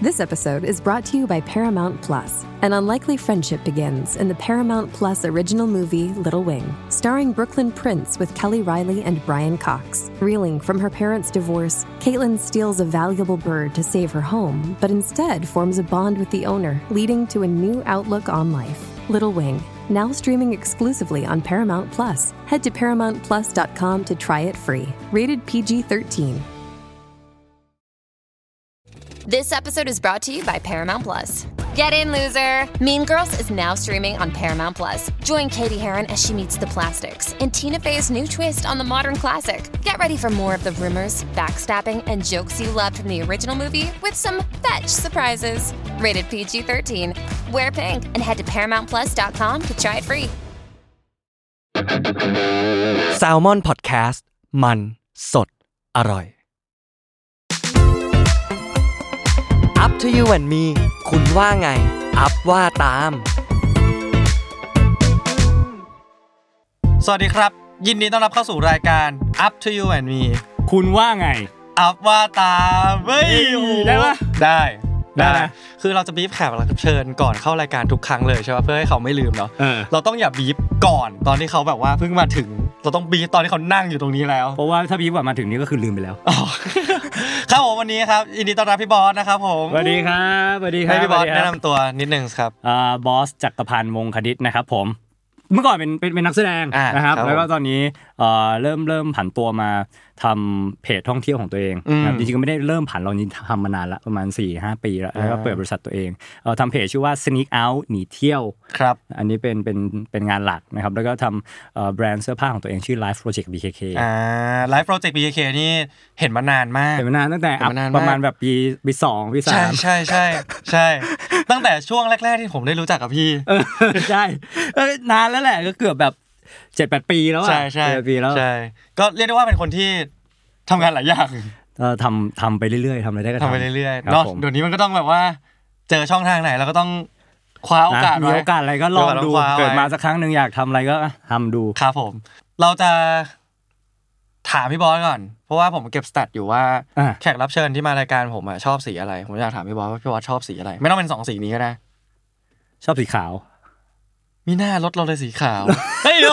This episode is brought to you by Paramount Plus. An unlikely friendship begins in the Paramount Plus original movie Little Wing, starring Brooklyn Prince with Kelly Riley and Brian Cox. Reeling from her parents' divorce, Caitlin steals a valuable bird to save her home, but instead forms a bond with the owner, leading to a new outlook on life. Little Wing, now streaming exclusively on Paramount Plus. Head to ParamountPlus.com to try it free. Rated PG-13. This episode is brought to you by Paramount Plus. Get in, loser! Mean Girls is now streaming on Paramount Plus. Join Katie Heron as she meets the plastics in Tina Fey's new twist on the modern classic. Get ready for more of the rumors, backstabbing, and jokes you loved from the original movie with some fetch surprises. Rated PG-13. Wear pink and head to ParamountPlus.com to try it free. Salmon Podcast มันสดอร่อยUp to you and me คุณว่าไง อัพว่าตามสวัสดีครับยินดีต้อนรับเข้าสู่รายการ Up to you and me คุณว่าไงอัพว่าตามเฮ้ยได้ปะได้คือเราจะบีฟแขกรับเชิญก่อนเข้ารายการทุกครั้งเลยใช่ป่ะเพื่อให้เขาไม่ลืมเนาะเราต้องอย่าบีฟก่อนตอนที่เขาแบบว่าเพิ่งมาถึงเราต้องบีฟตอนที่เขานั่งอยู่ตรงนี้แล้วเพราะว่าถ้าบีฟก่อนมาถึงนี่ก็คือลืมไปแล้วครับผมวันนี้ครับยินดีต้อนรับพี่บอสนะครับผมสวัสดีครับสวัสดีครับให้พี่บอสแนะนำตัวนิดนึงครับบอสจักรพันธ์วงศ์คณิตนะครับผมเมื่อก่อนเป็นนักแสดงนะครับแล้วก็ตอนนี้เริ่มผันตัวมาทำเพจท่องเที่ยวของตัวเองนะครับจริงๆก็ไม่ได้เริ่มผันเรานี่ทำมานานละประมาณ 4-5 ปีแล้วก็เปิดบริษัทตัวเองทำเพจชื่อว่า Sneak Out หนีเที่ยวครับอันนี้เป็นงานหลักนะครับแล้วก็ทำแบรนด์เสื้อผ้าของตัวเองชื่อ Life Project BKK Life Project BKK นี่เห็นมานานมากเห็นมานานตั้งแต่ประมาณแบบปี2ปี3 ใช่ตั้งแต่ช่วงแรกๆที่ผมได้รู้จักกับพี่ใช่นานแล้วแหละก็เกือบแบบ 7-8 ปีแล้วอ่ะใช่ปีแล้วใช่ก็เรียกได้ว่าเป็นคนที่ทำงานหลายอย่างทำไปเรื่อยๆทำอะไรได้ก็ทำไปเรื่อยๆเนาะเดี๋ยวนี้มันก็ต้องแบบว่าเจอช่องทางไหนเราก็ต้องคว้าโอกาสมีโอกาสอะไรก็ลองดูเกิดมาสักครั้งนึงอยากทำอะไรก็ทำดูครับผมเราจะถามพี่บอสก่อนเพราะว่าผมเก็บสแตทอยู่ว่าแขกรับเชิญที่มารายการผมชอบสีอะไรผมอยากถามพี่บอสว่าพี่บอสชอบสีอะไรไม่ต้องเป็น2สีนี้ก็ได้ชอบสีขาวมีหน้ารถเราเลยสีขาวเฮ้ย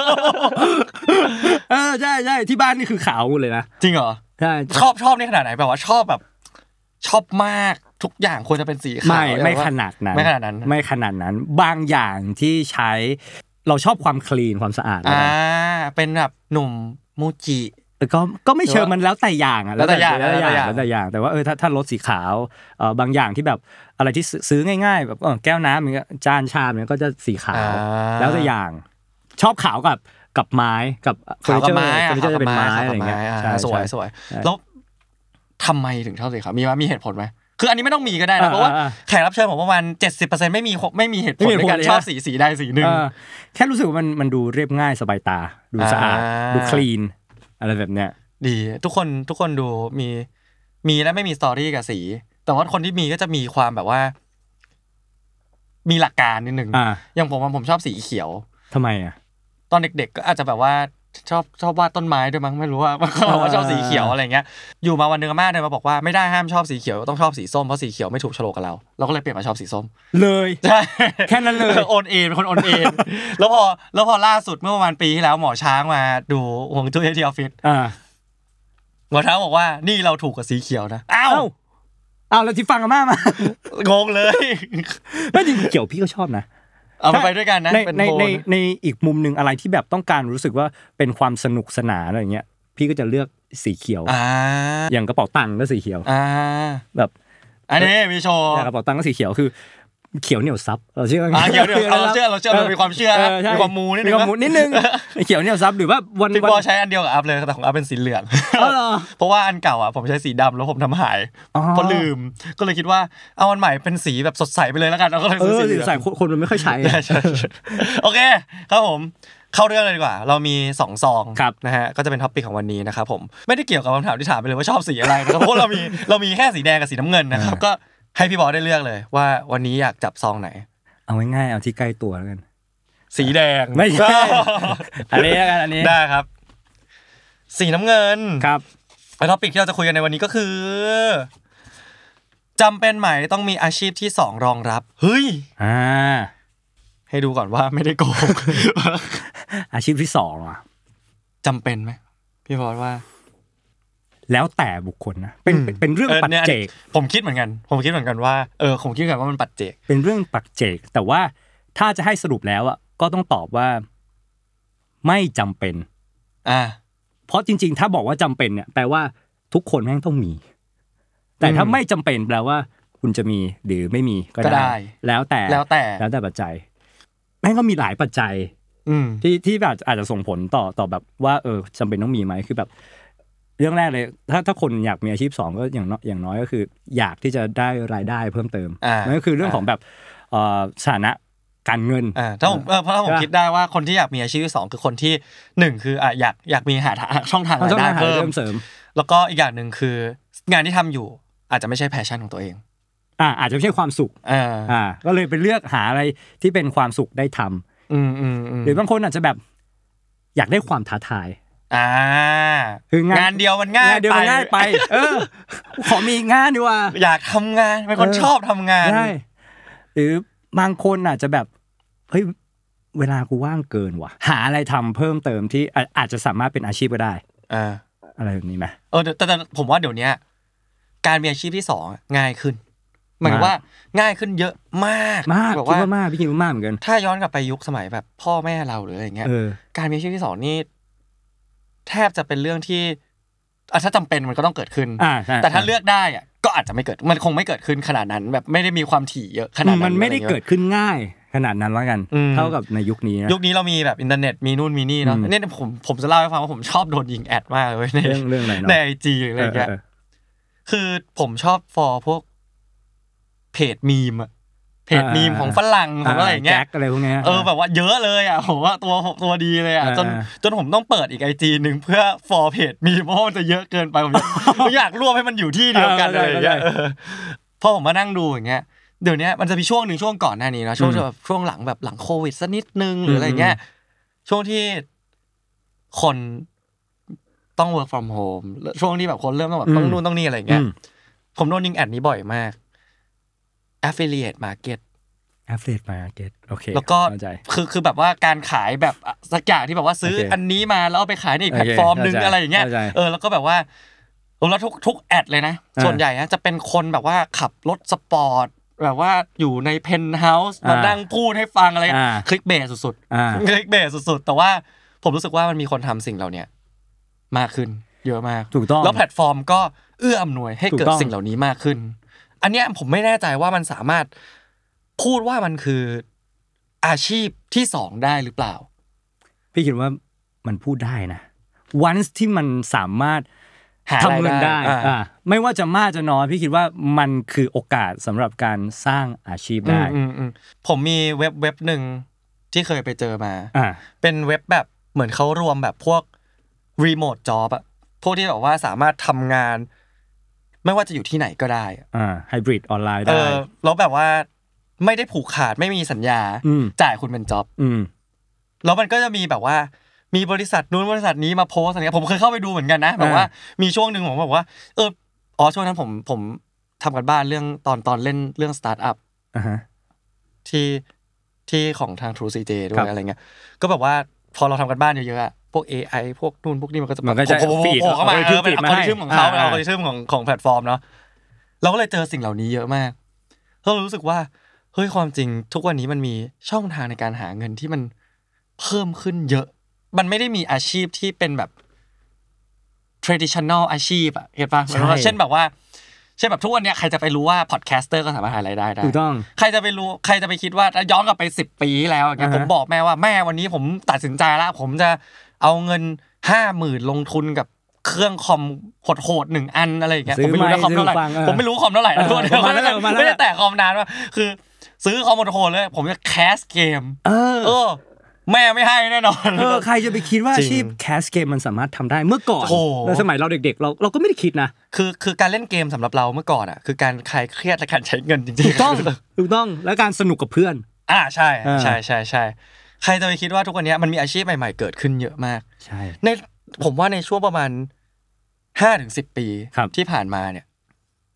ใช่ที่บ้านนี่คือขาวหมดเลยนะจริงเหรอใช่ชอบนี่ขนาดไหนแบบว่าชอบแบบชอบมากทุกอย่างควรจะเป็นสีขาวไม่ขนาดนั้นบางอย่างที่ใช้เราชอบความคลีนความสะอาดเป็นแบบหนุ่มมูจิแต่ก็ไม่เชิงมันแล้วแต่อย่างอ่ะแล้วแต่อย่างแต่ว่าถ้ารถสีขาวบางอย่างที่แบบอะไรที่ซื้อง่ายๆแบบแก้วน้ำอย่างเงี้ยจานชามเนี่ยก็จะสีขาวแล้วแต่อย่างชอบขาวกับไม้กับเฟอร์นิเจอร์จะเป็นไม้อะไรเงี้ยสวยแล้วทำไมถึงชอบสีขาวมีเหตุผลไหมคืออันนี้ไม่ต้องมีก็ได้นะเพราะว่าแขกรับเชิญผมประมาณ 70% ไม่มีเหตุผลในการชอบสีใดสีหนึ่งแค่รู้สึกว่ามันดูเรียบง่ายสบายตาดูสะอาดดูคลีนอะไรแบบเนี้ยดีทุกคนดูมีและไม่มีสตอรี่กับสีแต่ว่าคนที่มีก็จะมีความแบบว่ามีหลักการนิดนึงอย่างผมชอบสีเขียวทำไมอ่ะตอนเด็กๆก็อาจจะแบบว่าชอบวาดต้นไม้ด้วยมั้งไม่รู้ว่าชอบสีเขียวอะไรเงี้ยอยู่มาวันนึงอาม่าเดินมาบอกว่าไม่ได้ห้ามชอบสีเขียวต้องชอบสีส้มเพราะสีเขียวไม่ถูกโฉลกกับเราก็เลยเปลี่ยนมาชอบสีส้มเลยใช่แค่นั้นเลยโอนเอ็นเป็นคนโอนเอ็นแล้วพอล่าสุดเมื่อประมาณปีที่แล้วหมอช้างมาดูห่วงจุ้ยที่ออฟฟิศหมอช้างบอกว่านี่เราถูกกับสีเขียวนะอ้าวแล้วที่ฟังอาม่ามางงเลยไม่จริงเขียวพี่ก็ชอบนะเอาไปด้วยกันนะในอีกมุมนึงอะไรที่แบบต้องการรู้สึกว่าเป็นความสนุกสนานอะไรเงี้ยพี่ก็จะเลือกสีเขียวอย่างกระเป๋าตังค์ก็สีเขียวแบบอันนี้มีโชว์กระเป๋าตังค์ก็สีเขียวคือเขียวเหนียวซับเราเชื่อเขียวเหนียวเราเชื่อเรามีความเชื่อมีความมูนิดนึงเขียวเหนียวซับหรือว่าวันพี่บอใช้อันเดียวกับอัพเลยแต่ของอัพเป็นสีเหลืองเพราะว่าอันเก่าผมใช้สีดำแล้วผมทำหายเพราะลืมก็เลยคิดว่าเอาอันใหม่เป็นสีแบบสดใสไปเลยแล้วกันเราก็เลยซื้อสีเหลืองใส่คนมันไม่ค่อยใช้โอเคครับผมเข้าเรื่องเลยดีกว่าเรามี2ซองนะฮะก็จะเป็นท็อปปิกของวันนี้นะครับผมไม่ได้เกี่ยวกับคำถามที่ถามไปเลยว่าชอบสีอะไรนะครับเพราะเรามีแค่สีแดงกับสีน้ำเงินนะครับก็ให้พี่บอสได้เลือกเลยว่าวันนี้อยากจับซองไหนเอาง่ายๆเอาที่ใกล้ตัวแล้วกันสีแดงไม่ใช่อันนี้แล้วกันอันนี้ได้ครับสีน้ำเงินครับท็อปิกที่เราจะคุยกันในวันนี้ก็คือจำเป็นไหมต้องมีอาชีพที่2รองรับเฮ้ยให้ดูก่อนว่าไม่ได้โกงอาชีพที่2อ่ะจำเป็นไหมพี่พอดว่าแล้วแต่บุคคลนะเป็นเรื่องปัจเจกผมคิดเหมือนกันว่าผมคิดเหมือนกันว่ามันปัจเจกเป็นเรื่องปัจเจกแต่ว่าถ้าจะให้สรุปแล้วอ่ะก็ต้องตอบว่าไม่จำเป็นเพราะจริงๆถ้าบอกว่าจำเป็นเนี่ยแปลว่าทุกคนแม่งต้องมีแต่ถ้าไม่จำเป็นแปลว่าคุณจะมีหรือไม่มีก็ได้แล้วแต่ปัจจัยแม่งก็มีหลายปัจจัยที่แบบอาจจะส่งผลต่อแบบว่าจำเป็นต้องมีไหมคือแบบเรื่องแรกเลยถ้าคนอยากมีอาชีพ2ก็อย่างน้อยก็คืออยากที่จะได้รายได้เพิ่มเติมนั่นก็คือเรื่องของแบบฐานะการเงินถ้าผมคิดได้ว่าคนที่อยากมีอาชีพที่2คือคนที่1คืออยากมีหาช่องทางรายได้เพิ่มแล้วก็อีกอย่างนึงคืองานที่ทำอยู่อาจจะไม่ใช่แพชชั่นของตัวเองอาจจะไม่ใช่ความสุขก็เลยไปเลือกหาอะไรที่เป็นความสุขได้ทำหรือบางคนอาจจะแบบอยากได้ความท้าทายคืองานเดียวมันง่ายไปขอมีงานดีกว่าอยากทำงานเป็นคนชอบทำงานใช่หรือบางคนอาจจะแบบเฮ้ยเวลากูว่างเกินว่ะหาอะไรทำเพิ่มเติมที่อาจจะสามารถเป็นอาชีพก็ได้อะไรแบบนี้ไหมแต่ผมว่าเดี๋ยวนี้การมีอาชีพที่2ง่ายขึ้นหมายว่าง่ายขึ้นเยอะมากแบบว่ามากพี่คิดว่ามากเหมือนกันถ้าย้อนกลับไปยุคสมัยแบบพ่อแม่เราหรืออะไรเงี้ยการมีอาชีพที่2นี่แทบจะเป็นเรื่องที่ถ้าจำเป็นมันก็ต้องเกิดขึ้นแต่ถ้าเลือกได้ก็อาจจะไม่เกิดมันคงไม่เกิดขึ้นขนาดนั้นแบบไม่ได้มีความถี่เยอะขนาดนั้นมันไม่ได้เกิดขึ้นง่ายขนาดนั้นแล้วกันเท่ากับในยุคนี้นะยุคนี้เรามีแบบอินเทอร์เน็ตมีนู่นมีนี่เนาะนี่ผมจะเล่าให้ฟังว่าผมชอบโดนยิงแอดมากเลยในเรื่องอะไรเนาะใน IG อะไรอย่างเงี้ยคือผมชอบฟอลพวกเพจมีมของฝรั่งของอะไรอย่างเงี้ยแจ็คอะไรพวกเนี้ยแบบว่าเยอะเลยผมว่าตัวดีเลยจนผมต้องเปิดอีก IG นึงเพื่อฟอลเพจมีเพราะมันจะเยอะเกินไปผมอยากรวบให้มันอยู่ที่เดียวกันอะไรอย่างเงี้ยพอผมมานั่งดูอย่างเงี้ยเดี๋ยวนี้มันจะมีช่วงก่อนหน้านี้นะช่วงหลังแบบหลังโควิดสักนิดนึงหรืออะไรเงี้ยช่วงที่คนต้อง work from home ช่วงที่แบบคนเริ่มต้องแบบต้องนู่นต้องนี่อะไรเงี้ยผมโดนยิงแอดนี้บ่อยมาก affiliate market โอเคแล้วก็คือแบบว่าการขายแบบสักอย่างที่แบบว่าซื้ออันนี้มาแล้วเอาไปขายในอีกแพลตฟอร์มนึงอะไรอย่างเงี้ยแล้วก็แบบว่าแล้วทุกแอดเลยนะส่วนใหญ่นะจะเป็นคนแบบว่าขับรถสปอร์ตแบบว่าอยู่ในเพนท์เฮาส์มานั่งพูดให้ฟังอะไรคลิกเบสสุดๆคลิกเบสสุดๆแต่ว่าผมรู้สึกว่ามันมีคนทำสิ่งเหล่านี้มากขึ้นเยอะมากถูกต้องแล้วแพลตฟอร์มก็เอื้ออำนวยให้เกิดสิ่งเหล่านี้มากขึ้นอันเนี้ยผมไม่แน่ใจว่ามันสามารถพูดว่ามันคืออาชีพที่2ได้หรือเปล่าพี่คิดว่ามันพูดได้นะ once ที่มันสามารถทำเงินได้ไม่ว่าจะมากจะน้อยพี่คิดว่ามันคือโอกาสสำหรับการสร้างอาชีพได้ผมมีเว็บนึงที่เคยไปเจอมาเป็นเว็บแบบเหมือนเขารวมแบบพวกรีโมทจ็อบอะพวกที่แบบว่าสามารถทำงานไม่ว่าจะอยู่ที่ไหนก็ได้ไฮบริดออนไลน์ได้แล้วแบบว่าไม่ได้ผูกขาดไม่มีสัญญาจ่ายคุณเป็นจ็อบแล้วมันก็จะมีแบบว่ามีบริษัทนู้นบริษัทนี้มาโพสอะไรเงี้ยผมเคยเข้าไปดูเหมือนกันนะแบบว่ามีช่วงนึงผมบอกว่าช่วงนั้นผมทำกันบ้านเรื่องตอนเล่นเรื่องสตาร์ทอัพที่ของทาง True CJ ด้วยอะไรเงี้ยก็แบบว่าพอเราทำกันบ้านเยอะๆพวก AI พวกนู่นพวกนี้มันก็จะฟีดเข้ามาเป็นอัลกอริทึมของเขาอัลกอริทึมของแพลตฟอร์มเนาะเราก็เลยเจอสิ่งเหล่านี้เยอะมากเรารู้สึกว่าเฮ้ยความจริงทุกวันนี้มันมีช่องทางในการหาเงินที่มันเพิ่มขึ้นเยอะมันไม่ได้มีอาชีพที่เป็นแบบ traditional อาชีพอ่ะเห็นป่ะเช่นแบบว่าเช่นแบบทุกวันเนี้ยใครจะไปรู้ว่าพอดแคสเตอร์ก็สามารถหารายได้ได้ถูกต้องใครจะไปคิดว่าย้อนกลับไป10 ปีแล้วอย่างเงี้ยผมบอกแม่ว่าแม่วันนี้ผมตัดสินใจแล้วผมจะเอาเงิน 50,000 ลงทุนกับเครื่องคอมโหดๆ1อันอะไรอย่างเงี้ยผมไม่รู้คอมเท่าไหร่ผมไม่รู้คอมเท่าไหร่นะไม่ได้แตะคอมนานว่าคือซื้อคอมโหดๆเลยผมจะแคสเกมแม่ไม่ให้แน่นอนใครจะไปคิดว่าอาชีพแคสเกมมันสามารถทำได้เมื่อก่อนในสมัยเราเด็กๆเราก็ไม่ได้คิดนะคือการเล่นเกมสำหรับเราเมื่อก่อนอ่ะคือการคลายเครียดและการใช้เงินจริงๆถูกต้องและการสนุกกับเพื่อนใช่ใครจะไปคิดว่าทุกวันนี้มันมีอาชีพใหม่ๆเกิดขึ้นเยอะมากใช่ผมว่าในช่วงประมาณ 5-10 ปีที่ผ่านมาเนี่ย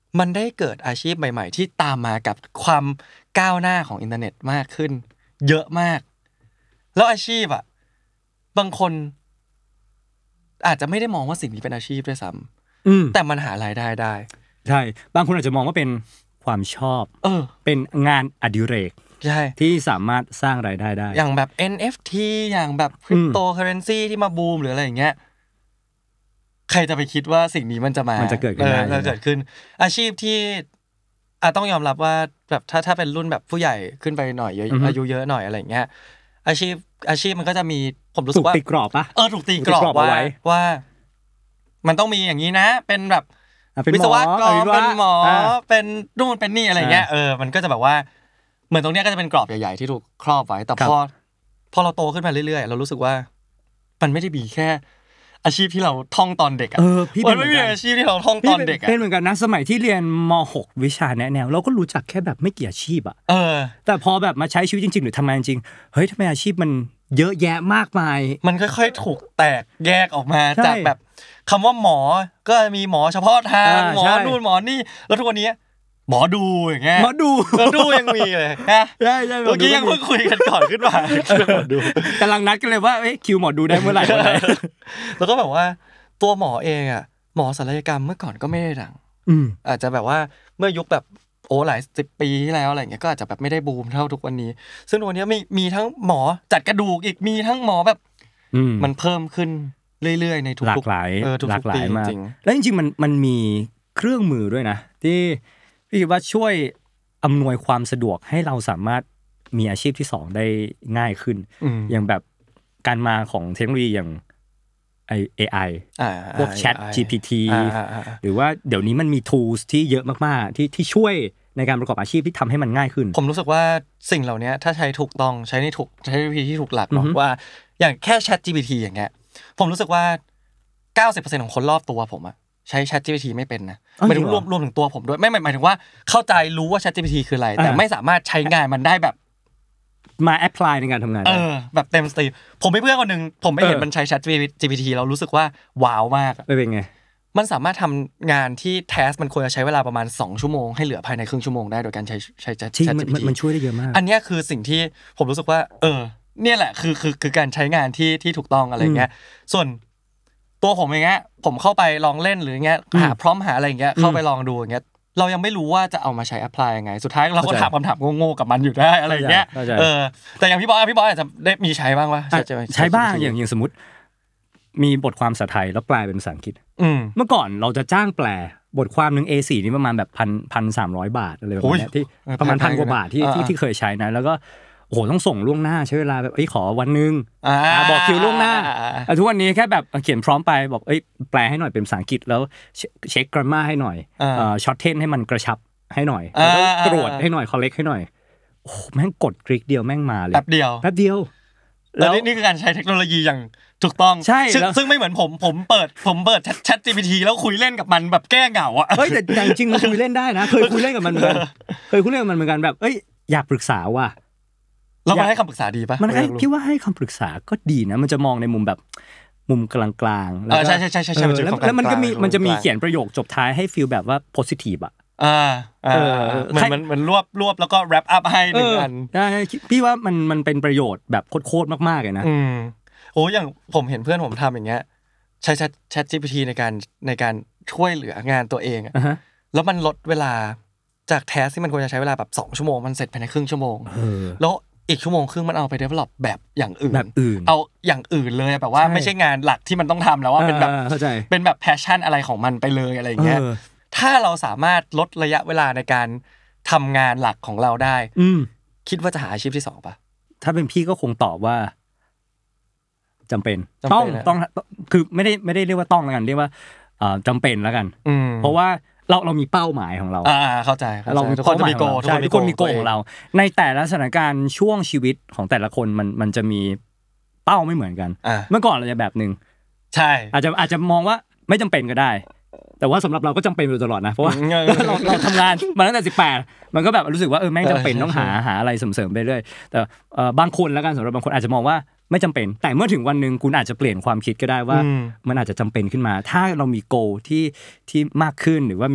มันได้เกิดอาชีพใหม่ๆที่ตามมากับความก้าวหน้าของอินเทอร์เน็ตมากขึ้นเยอะมากแล้วอาชีพอ่ะบางคนอาจจะไม่ได้มองว่าสิ่งนี้เป็นอาชีพด้วยซ้ำแต่มันหารายได้ได้ใช่บางคนอาจจะมองว่าเป็นความชอบเป็นงานอดิเรกใช่ที่สามารถสร้างรายได้ได้อย่างแบบ NFT อย่างแบบคริปโตเคอเรนซีที่มาบูมหรืออะไรอย่างเงี้ยใครจะไปคิดว่าสิ่งนี้มันจะเกิดขึ้นได้เกิดขึ้นอาชีพที่ต้องยอมรับว่าแบบถ้าเป็นรุ่นแบบผู้ใหญ่ขึ้นไปหน่อยอายุเยอะหน่อยอะไรอย่างเงี้ยอาชีพมันก็จะมีผมรู้สึกว่าถูกตีกรอบปะถูกตีกรอบว่ามันต้องมีอย่างนี้นะเป็นแบบวิศวกรเป็นหมอเป็นนู่นเป็นนี่อะไรเงี้ยมันก็จะแบบว่าเหมือนตรงเนี้ยก็จะเป็นกรอบใหญ่ๆที่ถูกครอบไว้แต่พอเราโตขึ้นมาเรื่อยๆเรารู้สึกว่ามันไม่ได้มีแค่อาชีพที่เราท่องตอนเด็กมันไม่มีอาชีพที่เราท่องตอนเด็กเป็นเหมือนกันนะสมัยที่เรียนม.6 วิชาแนะแนวเราก็รู้จักแค่แบบไม่กี่อาชีพอ่ะแต่พอแบบมาใช้ชีวิตจริงๆหรือทำงานจริงเฮ้ยทำไมอาชีพมันเยอะแยะมากมายมันค่อยๆถูกแตกแยกออกมาจากแบบคำว่าหมอก็มีหมอเฉพาะทางหมอนู่นหมอนี่แล้วทุกวันนี้หมอดูอย่างเงี้ยหมอดูยังมีเลยนะใช่เมื่อกี้ยังเพิ่งคุยกันก่อนขึ้นมาหมอดูกำลังนัดกันเลยว่าคิวหมอดูได้เมื่อไหร่แล้วก็แบบว่าตัวหมอเองอ่ะหมอศัลยกรรมเมื่อก่อนก็ไม่ได้ดังอาจจะแบบว่าเมื่อยุคแบบหลาย10 ปีที่แล้วอะไรอย่างเงี้ยก็อาจจะแบบไม่ได้บูมเท่าทุกวันนี้ซึ่งวันนี้มีทั้งหมอจัดกระดูกอีกมีทั้งหมอแบบมันเพิ่มขึ้นเรื่อยๆในทุกหลากหลายมากแล้วจริงๆมันมีเครื่องมือด้วยนะที่พี่คิดว่าช่วยอำนวยความสะดวกให้เราสามารถมีอาชีพที่2ได้ง่ายขึ้นอย่างแบบการมาของเทคโนโลยีอย่างAI พวก Chat GPT หรือว่าเดี๋ยวนี้มันมี tools ที่เยอะมากๆที่ช่วยในการประกอบอาชีพที่ทำให้มันง่ายขึ้นผมรู้สึกว่าสิ่งเหล่านี้ถ้าใช้ถูกต้องใช้วิธีที่ถูกหลักเนาะว่าอย่างแค่ Chat GPT อย่างเงี้ยผมรู้สึกว่า 90% ของคนรอบตัวผมอะใช้ Chat GPT ไม่เป็นนะหมายถึงรวมถึงตัวผมด้วยไม่หมายถึงว่าเข้าใจรู้ว่า Chat GPT คืออะไรแต่ไม่สามารถใช้งานมันได้แบบมาแอพพลายในการทำงานแบบเต็มสตรีมผมมีเพื่อนคนนึงผมไม่เห็นมันใช้ Chat GPT เรารู้สึสึกว่าว้าวมากเป็นไงมันสามารถทำงานที่แทสมันควรจะใช้เวลาประมาณ2ชั่วโมงให้เหลือภายในครึ่งชั่วโมงได้โดยการใช้ Chat GPT มันช่วยได้เยอะมากอันนี้คือสิ่งที่ผมรู้สึกว่าเนี่ยแหละคือการใช้งานที่ถูกต้องอะไรเงี้ยส่วนตัวผมอย่างเงี้ยผมเข้าไปลองเล่นหรืออย่างเงี้ยหาพร้อมหาอะไรอย่างเงี้ยเข้าไปลองดูอย่างเงี้ยเรายังไม่รู้ว่าจะเอามาใช้แอพพลายยังไงสุดท้ายเราก็ถามคำถามโง่ๆกับมันอยู่ได้อะไรอย่างเงี้ยแต่อย่างพี่บอยอาจจะได้มีใช้บ้างวะใช้บ้างอย่างสมมติมีบทความภาษาไทยแล้วแปลเป็นภาษาอังกฤษเมื่อก่อนเราจะจ้างแปลบทความนึง A4 นี่ประมาณแบบ1,300 บาทอะไรแบบนี้ที่ประมาณ1,000 กว่าบาทที่เคยใช้นะแล้วก็โอ้โหต้องส่งล่วงหน้าใช้เวลาแบบขอวันนึงบอกคิวล่วงหน้าทุกวันนี้แค่แบบเขียนพร้อมไปบอกแปลให้หน่อยเป็นภาษาอังกฤษแล้วเช็คกราฟมาร์ให้หน่อยช็อตเทนให้มันกระชับให้หน่อยแล้วก็ตรวจให้หน่อยคอลเลกให้หน่อยโอ้แม่งกดคลิกเดียวแม่งมาเลยแป๊บเดียวแล้วนี่คือการใช้เทคโนโลยีอย่างถูกต้องใช่ซึ่งไม่เหมือนผมเปิดChat GPT แล้วคุยเล่นกับมันแบบแก้เหงาอ่ะเฮ้ยแต่จริงๆมันคุยเล่นได้นะเคยคุยเล่นกับมันเหมือนกันแบบอยากปรึกษาว่ะแล้วมันให้คำปรึกษาดีป่ะมันให้พี่ว่าให้คำปรึกษาก็ดีนะมันจะมองในมุมแบบมุมกลางๆแล้วใช่แล้วมันจะมีเขียนประโยคจบท้ายให้ฟีลแบบว่า positive อ่ะมันรวบแล้วก็ wrap up ให้หนึ่งอันใช่พี่ว่ามันเป็นประโยชน์แบบโคตรมากๆเลยนะโอ้อย่างผมเห็นเพื่อนผมทำอย่างเงี้ยใช้ Chat GPT ในการช่วยเหลืองานตัวเองแล้วมันลดเวลาจากแทสที่มันควรจะใช้เวลาแบบ2ชั่วโมงมันเสร็จภายในครึ่งชั่วโมงแล้วอีกชั่วโมงครึ่งมันเอาไป develop แบบอย่างอื่นเอาอย่างอื่นเลยแบบว่าไม่ใช่งานหลักที่มันต้องทำแล้วว่าเป็นแบบเป็นแบบ passion อะไรของมันไปเลยอะไรอย่างเงี้ยถ้าเราสามารถลดระยะเวลาในการทำงานหลักของเราได้คิดว่าจะหาอาชีพที่2ป่ะถ้าเป็นพี่ก็คงตอบว่าจำเป็นต้องคือไม่ได้เรียกว่าต้องแล้วกันเรียกว่าจำเป็นแล้วกันเพราะว่าเรามีเป้าหมายของเราเข้าใจเราทุกคนมีโกของเราในแต่ละสถานการณ์ช่วงชีวิตของแต่ละคนมันจะมีเป้าไม่เหมือนกันเมื่อก่อนเราจะแบบนึงใช่อาจจะมองว่าไม่จำเป็นก็ได้แต่ว่าสำหรับเราก็จำเป็นอยู่ตลอดนะเพราะว่าเราทำงานมาตั้งแต่18มันก็แบบรู้สึกว่าแม่งจำเป็นต้องหาอะไรเสริมๆไปเรื่อยแต่บางคนแล้วกันสำหรับบางคนอาจจะมองว่าไม่จำเป็นแต่เมื่อถึงวันนึงคุณอาจจะเปลี่ยนความคิดก็ได้ว่ามันอาจจะจำเป็นขึ้นมาถ้าเรามีโกที่มากขึ้นหรือว่ามี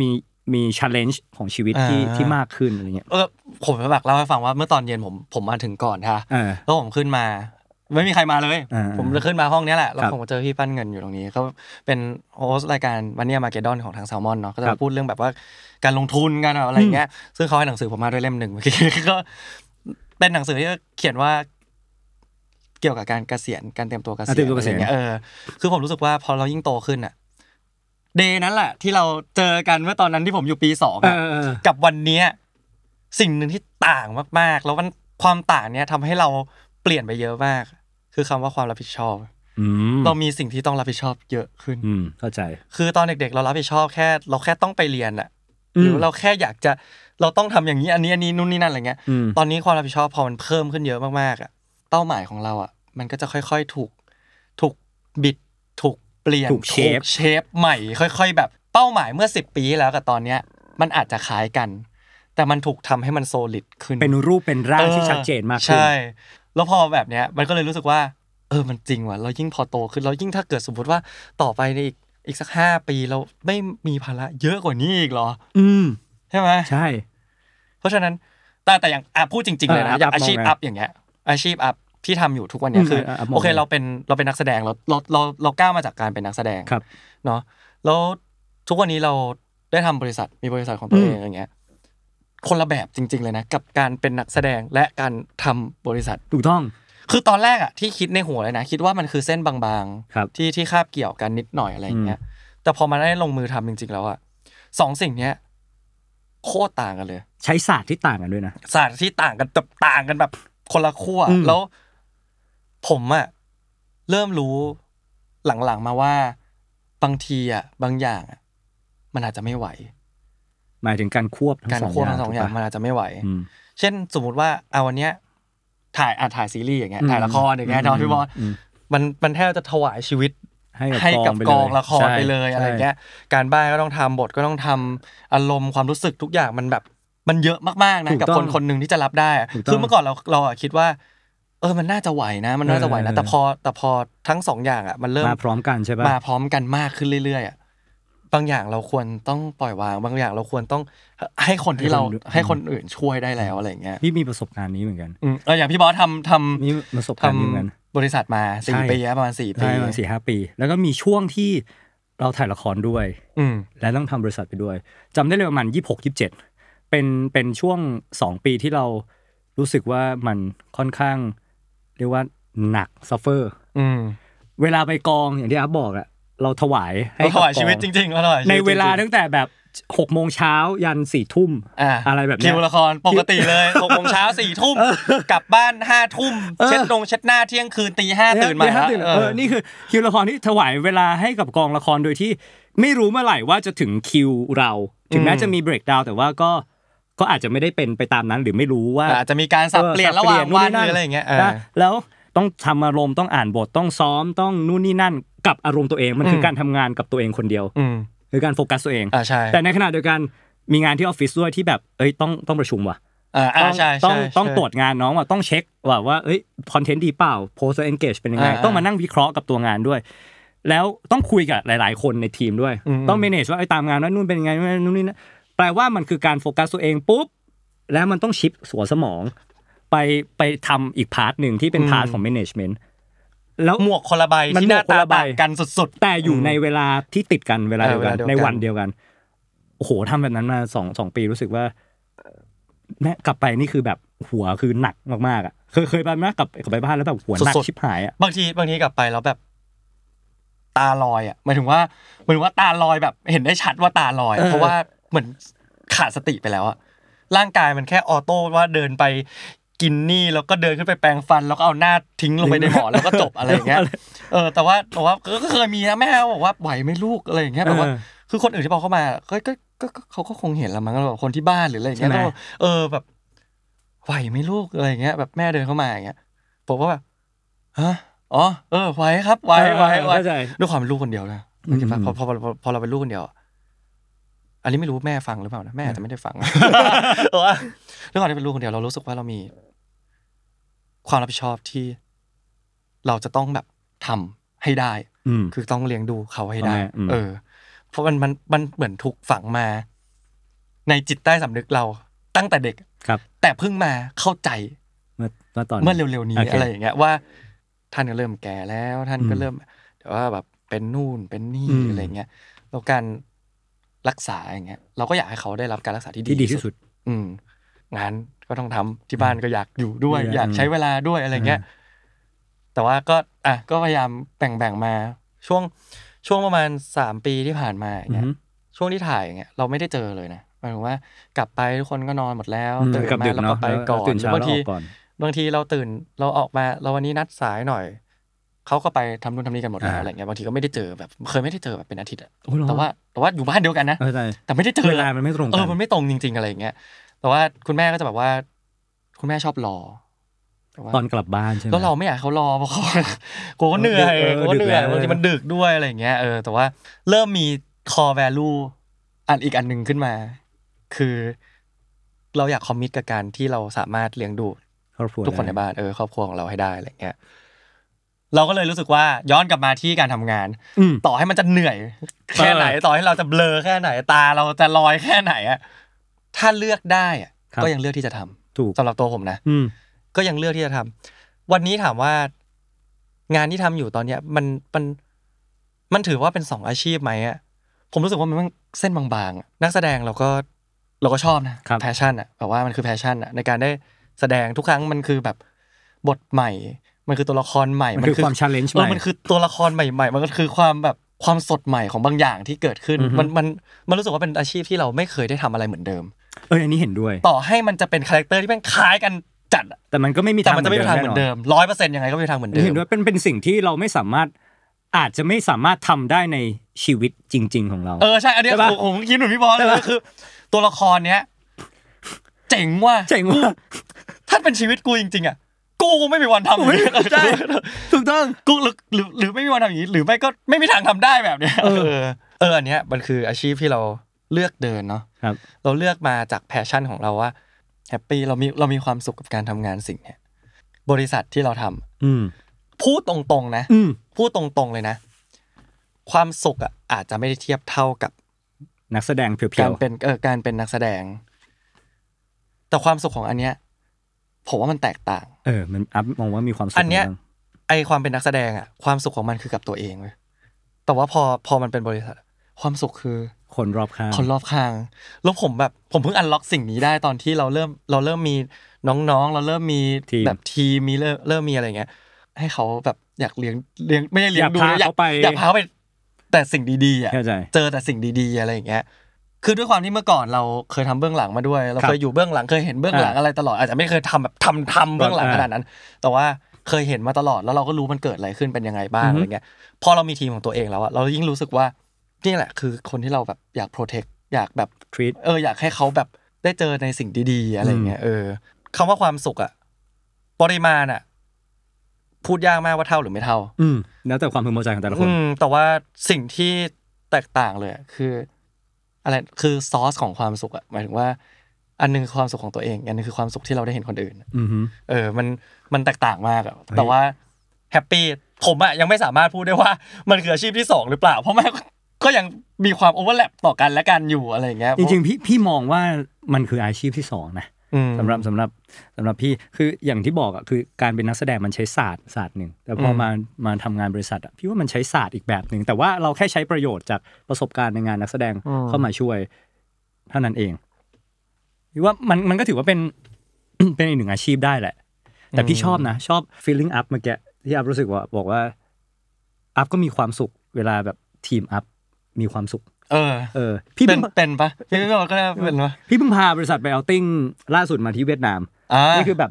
มี challenge ของชีวิตที่มากขึ้นอะไรเงี้ยผมจะแบบเล่าให้ฟังว่าเมื่อตอนเย็นผมมาถึงก่อนค่ะแล้วผมขึ้นมาไม่มีใครมาเลยผมเลยขึ้นมาห้องนี้แหละแล้วผมก็เจอพี่ปั้นเงินอยู่ตรงนี้เขาเป็นโฮสต์รายการวันนี้มาเกดอนของทางแซลมอนเนาะก็จะพูดเรื่องแบบว่าการลงทุนกันอะไรเงี้ยซึ่งเขาให้หนังสือผมมาด้วยเล่มนึงเมื่อกี้ก็เป็นหนังสือที่เขียนว่าเกี่ยวกับการเกษียณการเตรียมตัวเกษียณอะไรเงี้ยคือผมรู้สึกว่าพอเรายิ่งโตขึ้นอ่ะเดย์นั้นแหละที่เราเจอกันเมื่อตอนนั้นที่ผมอยู่ปี2อ่ะกับวันนี้สิ่งนึงที่ต่างมากๆแล้วมันความต่างเนี้ยทำให้เราเปลี่ยนไปเยอะมากคือคำว่าความรับผิดชอบเรามีสิ่งที่ต้องรับผิดชอบเยอะขึ้นเข้าใจคือตอนเด็กๆเรารับผิดชอบแค่เราแค่ต้องไปเรียนอะหรือเราแค่อยากจะเราต้องทำอย่างนี้อันนี้นู่นนี่นั่นอะไรเงี้ยตอนนี้ความรับผิดชอบพอมันเพิ่มขึ้นเยอะมากๆอะเป้าหมายของเราอะมันก็จะค่อยๆถูกบิดถูกเปลี่ยนถูกเชฟใหม่ค่อยๆแบบเป้าหมายเมื่อ10 ปีแล้วกับตอนเนี้ยมันอาจจะคล้ายกันแต่มันถูกทำให้มันโซลิดขึ้นเป็นรูปเป็นร่างที่ชัดเจนมากขึ้นใช่แล้วพอแบบเนี้ยมันก็เลยรู้สึกว่ามันจริงว่ะเรายิ่งพอโตขึ้นเรายิ่งถ้าเกิดสมมติว่าต่อไปในอีกสัก5 ปีเราไม่มีภาระเยอะกว่านี้อีกเหรอใช่ไหมใช่เพราะฉะนั้นแต่อย่างพูดจริงๆเลยนะอาชีพอัพอย่างเงี้ยอาชีพอัพที่ทำอยู่ทุกวันเนี้ยคือโอเคเราเป็นนักแสดงเราก้าวมาจากการเป็นนักแสดงเนาะแล้วทุกวันนี้เราได้ทำบริษัทมีบริษัทของตัวเองอย่างเงี้ยคนละแบบจริงๆเลยนะกับการเป็นนักแสดงและการทำบริษัทถูกต้องคือตอนแรกอ่ะที่คิดในหัวเลยนะคิดว่ามันคือเส้นบางๆที่คาบเกี่ยวกันนิดหน่อยอะไรอย่างเงี้ยแต่พอมาได้ลงมือทำจริงๆแล้วอ่ะ2 สิ่งเนี้ยโคตรต่างกันเลยใช้ศาสตร์ที่ต่างกันด้วยนะศาสตร์ที่ต่างกันแบบคนละขั้วแล้วผมอ่ะเริ่มรู้หลังๆมาว่าบางทีอ่ะบางอย่างอ่ะมันอาจจะไม่ไหวหมายถึงการควบทั้งสองอย่างมันอาจจะไม่ไหวเช่นสมมุติว่าเอาวันเนี้ยถ่ายซีรีส์อย่างเงี้ยถ่ายละครอย่างเงี้ยเนาะพี่บอสมันแทบจะถวายชีวิตให้กับกองละครไปเลยอะไรเงี้ยการบ้านก็ต้องทำบทก็ต้องทำอารมณ์ความรู้สึกทุกอย่างมันแบบมันเยอะมากๆนะกับคนๆนึงที่จะรับได้คือเมื่อก่อนเราคิดว่ามันน่าจะไหวนะมันน่าจะไหวนะแต่พอทั้ง2อย่างอ่ะมันเริ่มมาพร้อมกันใช่ป่ะมาพร้อมกันมากขึ้นเรื่อยๆอ่ะบางอย่างเราควรต้องปล่อยวางบางอย่างเราควรต้องให้คนที่เราให้คนอื่นช่วยได้แล้วอะไรเงี้ยพี่มีประสบการณ์นี้เหมือนกันอย่างพี่บอสทำมีประสบการณ์นี้เหมือนกันบริษัทมา4 ปีประมาณ4 ปีประมาณ 4-5 ปีแล้วก็มีช่วงที่เราถ่ายละครด้วยและต้องทำบริษัทไปด้วยจำได้เลยประมาณ26-27เป็นช่วง2 ปีที่เรารู้สึกว่ามันค่อนข้างเรียกว่าหนักซัฟเฟอร์เวลาไปกองอย่างที่อัพบอกอะเราถวายให้ถวายชีวิตจริงๆเราถวายในเวลาตั้งแต่แบบ6 โมงเช้ายัน4 ทุ่มอะไรแบบนี้คิวละครปกติเลย6 โมงเช้า4 ทุ่มกลับบ้าน5 ทุ่มเช็ดหน้าเที่ยงคืนตี 5ตื่นมานี่คือคิวละครที่ถวายเวลาให้กับกองละครโดยที่ไม่รู้เมื่อไหร่ว่าจะถึงคิวเราถึงแม้จะมีเบรกดาวน์แต่ว่าก็อาจจะไม่ได้เป็นไปตามนั้นหรือไม่รู้ว่าอาจจะมีการสับเปลี่ยนระหว่างวันหรืออะไรอย่างเงี้ยแล้วต้องทำอารมณ์ต้องอ่านบทต้องซ้อมต้องนู่นนี่นั่นกับอารมณ์ตัวเองมันคือการทำงานกับตัวเองคนเดียวคือการโฟกัสตัวเองแต่ในขณะเดียวกันมีงานที่ออฟฟิศด้วยที่แบบต้องประชุมว่ะต้องตรวจงานน้องว่ะต้องเช็คว่าคอนเทนต์ดีเปล่าโพสต์ engage เป็นยังไงต้องมานั่งวิเคราะห์กับตัวงานด้วยแล้วต้องคุยกับหลายๆคนในทีมด้วยต้อง manage ว่าตามงานว่านู่นเป็นยังไงนู่นนี่นะแปลว่ามันคือการโฟกัสตัวเองปุ๊บแล้วมันต้องชิปหัวสมองไปทำอีกพาร์ทนึงที่เป็นพาร์ทของ management แล้วหมวกคนละใบที่หน้าตาต่างกันสุดๆแต่อยู่ในเวลาที่ติดกันเวลาเดียวกันในวันเดียวกันโอ้โหทำแบบนั้นมา2 ปีรู้สึกว่าแม่กลับไปนี่คือแบบหัวคือหนักมากๆอ่ะเคยไปมั้ยกลับไปบ้านแล้วแบบหัวหนักชิบหายอ่ะบางทีกลับไปแล้วแบบตาลอยอ่ะหมายถึงว่าตาลอยแบบเห็นได้ชัดว่าตาลอยเพราะว่าเหมือนขาดสติไปแล้วอ่ะร่างกายมันแค่ออโต้ว่าเดินไปกินนี่แล้วก็เดินขึ้นไปแปรงฟันแล้วก็เอาหน้าทิ้งลงไปในหม้อแล้วก็จบอะไรอย่างเงี้ยแต่ว่าก็เคยมีนะแม่บอกว่าไหวไหมลูกอะไรอย่างเงี้ยแบบว่าคือคนอื่นที่พอเข้ามาก็เขาก็คงเห็นแล้วมั้งแบบคนที่บ้านหรืออะไรอย่างเงี้ยแบบไหวไหมลูกอะไรอย่างเงี้ยแบบแม่เดินเข้ามาอย่างเงี้ยผมก็แบบฮะไหวครับไหวด้วยความเป็นลูกคนเดียวนะพอเราเป็นลูกคนเดียวอันนี้ไม่รู้แม่ฟังหรือเปล่านะแม่อาจจะไม่ได้ฟังแต่ว่าด้วยความที่เป็นลูกคนเดียวเรารู้สึกว่าเรามีความรับผิดชอบที่เราจะต้องแบบทำให้ได้คือต้องเลี้ยงดูเขาให้ได้เพราะมันเหมือนถูกฝังมาในจิตใต้สำนึกเราตั้งแต่เด็กครับแต่เพิ่งมาเข้าใจเมื่อเร็วๆนี้อะไรอย่างเงี้ยว่าท่านก็เริ่มแก่แล้วท่านก็เริ่มแต่ว่าแบบเป็นนู่นเป็นนี่อะไรเงี้ยแล้วการรักษาอย่างเงี้ยเราก็อยากให้เขาได้รับการรักษาที่ดีที่สุดงานก็ต้องทำที่บ้านก็อยากอยู่ด้วยอยากใช้เวลาด้วยอะไรเงี้ยแต่ว่าก็พยายามแบ่งมาช่วงประมาณ3 ปีที่ผ่านมาอย่างเงี้ยช่วงที่ถ่ายอย่างเงี้ยเราไม่ได้เจอเลยนะหมายถึงว่ากลับไปทุกคนก็นอนหมดแล้วตื่นมาแล้วก็ไปก่อนบางทีเราตื่นเราออกมาเราวันนี้นัดสายหน่อยเขาก็ไปทำนู่นทำนี่กันหมดแล้วอะไรเงี้ยบางทีก็ไม่ได้เจอแบบเคยไม่ได้เจอแบบเป็นอาทิตย์อะแต่ว่าอยู่บ้านเดียวกันนะแต่ไม่ได้เจอเวลามันไม่ตรงกันมันไม่ตรงจริงๆอะไรอย่างเงี้ยแต่ว่าคุณแม่ก็จะแบบว่าคุณแม่ชอบรอตอนกลับบ้านใช่ไหมแล้วเราไม่อยากเขารอเพราะกลัวเหนื่อยบางทีมันดึกด้วยอะไรอย่างเงี้ยแต่ว่าเริ่มมี core value อีกอันนึงขึ้นมาคือเราอยากคอมมิตกับการที่เราสามารถเลี้ยงดูทุกคนในบ้านครอบครัวของเราให้ได้อะไรเงี้ยเราก็เลยรู้สึกว่าย้อนกลับมาที่การทำงานต่อให้มันจะเหนื่อยแค่ไหนต่อให้เราจะเบลอแค่ไหนตาเราจะลอยแค่ไหนอะถ้าเลือกได้ก็ยังเลือกที่จะทำสำหรับตัวผมนะก็ยังเลือกที่จะทำวันนี้ถามว่างานที่ทำอยู่ตอนเนี้ยมันถือว่าเป็น2อาชีพไหมอะผมรู้สึกว่ามันเส้นบางๆนักแสดงเราก็ชอบนะแพชชั่นอะแบบว่ามันคือแพชชั่นอะในการได้แสดงทุกครั้งมันคือแบบบทใหม่มันคือตัวละครใหม่มันคือความ challenge ใหม่มันคือตัวละครใหม่ๆมันก็คือความแบบความสดใหม่ของบางอย่างที่เกิดขึ้นมันรู้สึกว่าเป็นอาชีพที่เราไม่เคยได้ทำอะไรเหมือนเดิมอันนี้เห็นด้วยต่อให้มันจะเป็นคาแรคเตอร์ที่แม่งคล้ายกันจัดแต่มันก็ไม่มีทางเหมือนเดิม 100% ยังไงก็ไม่มีทางเหมือนเดิมเห็นด้วยเป็นสิ่งที่เราไม่สามารถอาจจะไม่สามารถทำได้ในชีวิตจริงๆของเราใช่อันนี้ผมคิดเหมือนพี่บอลเลยคือตัวละครเนี้ยเจ๋งว่ะถ้าเป็นชีวิตกูจริงๆอ่ะกูไม่มีวันทำอย่างนี้ใช่ถูกต้องกูหรือไม่มีวันทำอย่างนี้หรือไม่ก็ไม่มีทางทำได้แบบเนี้ยอันเนี้ยมันคืออาชีพที่เราเลือกเดินเนาะเราเลือกมาจากแพชชั่นของเราว่าแฮปปี้เรามีความสุขกับการทำงานสิ่งเนี้ยบริษัทที่เราทำพูดตรงๆนะพูดตรงๆเลยนะความสุขอาจจะไม่ได้เทียบเท่ากับนักแสดงเพียวๆการเป็นนักแสดงแต่ความสุขของอันเนี้ยผมว่ามันแตกต่างมันอัพมองว่ามีความสุขอันเนี้ยไอความเป็นนักแสดงความสุขของมันคือกับตัวเองเว้ยแต่ว่าพอมันเป็นบริษัทความสุขคือคนรอบข้างแล้วผมเพิ่งอันล็อกสิ่งนี้ได้ตอนที่เราเริ่มมีน้องๆเราเริ่มมีแบบทีมมีเริ่มมีอะไรเงี้ยให้เขาแบบอยากเลี้ยงไม่ได้เลี้ยงดูอยากพาไปแต่สิ่งดีๆเจอแต่สิ่งดีๆอะไรอย่างเงี้ยคือด้วยความที่เมื่อก่อนเราเคยทำเบื้องหลังมาด้วยเราเคยอยู่เบื้องหลังเคยเห็นเบื้องหลังอะไรตลอดอาจจะไม่เคยทำแบบทำเบื้องหลังขนาดนั้นแต่ว่าเคยเห็นมาตลอดแล้วเราก็รู้มันเกิดอะไรขึ้นเป็นยังไงบ้างอะไรเงี้ยพอเรามีทีมของตัวเองแล้วเรายิ่งรู้สึกว่านี่แหละคือคนที่เราแบบอยากโปรเทคอยากแบบ treat อยากให้เขาแบบได้เจอในสิ่งดีๆอะไรเงี้ยคำว่าความสุขปริมาณพูดยากมากว่าเท่าหรือไม่เท่าแล้วแต่ความพึงพอใจของแต่ละคนแต่ว่าสิ่งที่แตกต่างเลยคืออะไรคือซอสของความสุขหมายถึงว่าอันนึงคือความสุขของตัวเองอันนึงคือความสุขที่เราได้เห็นคนอื่นมันแตกต่างมากแต่ว่าแฮปปี้ผมยังไม่สามารถพูดได้ว่ามันคืออาชีพที่2หรือเปล่าเพราะมันก็ยังมีความโอเวอร์แลปต่อกันและกันอยู่อะไรอย่างเงี้ยจริงๆพี่มองว่ามันคืออาชีพที่2นะสำหรับพี่คืออย่างที่บอกคือการเป็นนักแสดงมันใช้ศาสตร์หนึ่งแต่พอมาทำงานบริษัทพี่ว่ามันใช้ศาสตร์อีกแบบหนึ่งแต่ว่าเราแค่ใช้ประโยชน์จากประสบการณ์ในงานนักแสดงเข้ามาช่วยเท่านั้นเองพี่ว่ามันก็ถือว่าเป็น เป็นอีกหนึ่งอาชีพได้แหละแต่พี่ชอบนะชอบ feeling up เมื่อกี้ที่อัพรู้สึกว่าบอกว่าอัพก็มีความสุขเวลาแบบทีมอัพมีความสุขพี่เป็นปะพี่ก็ได้เป็นปะพี่เพิ่งพาบริษัทไปเอาติ้งล่าสุดมาที่เวียดนามนี่คือแบบ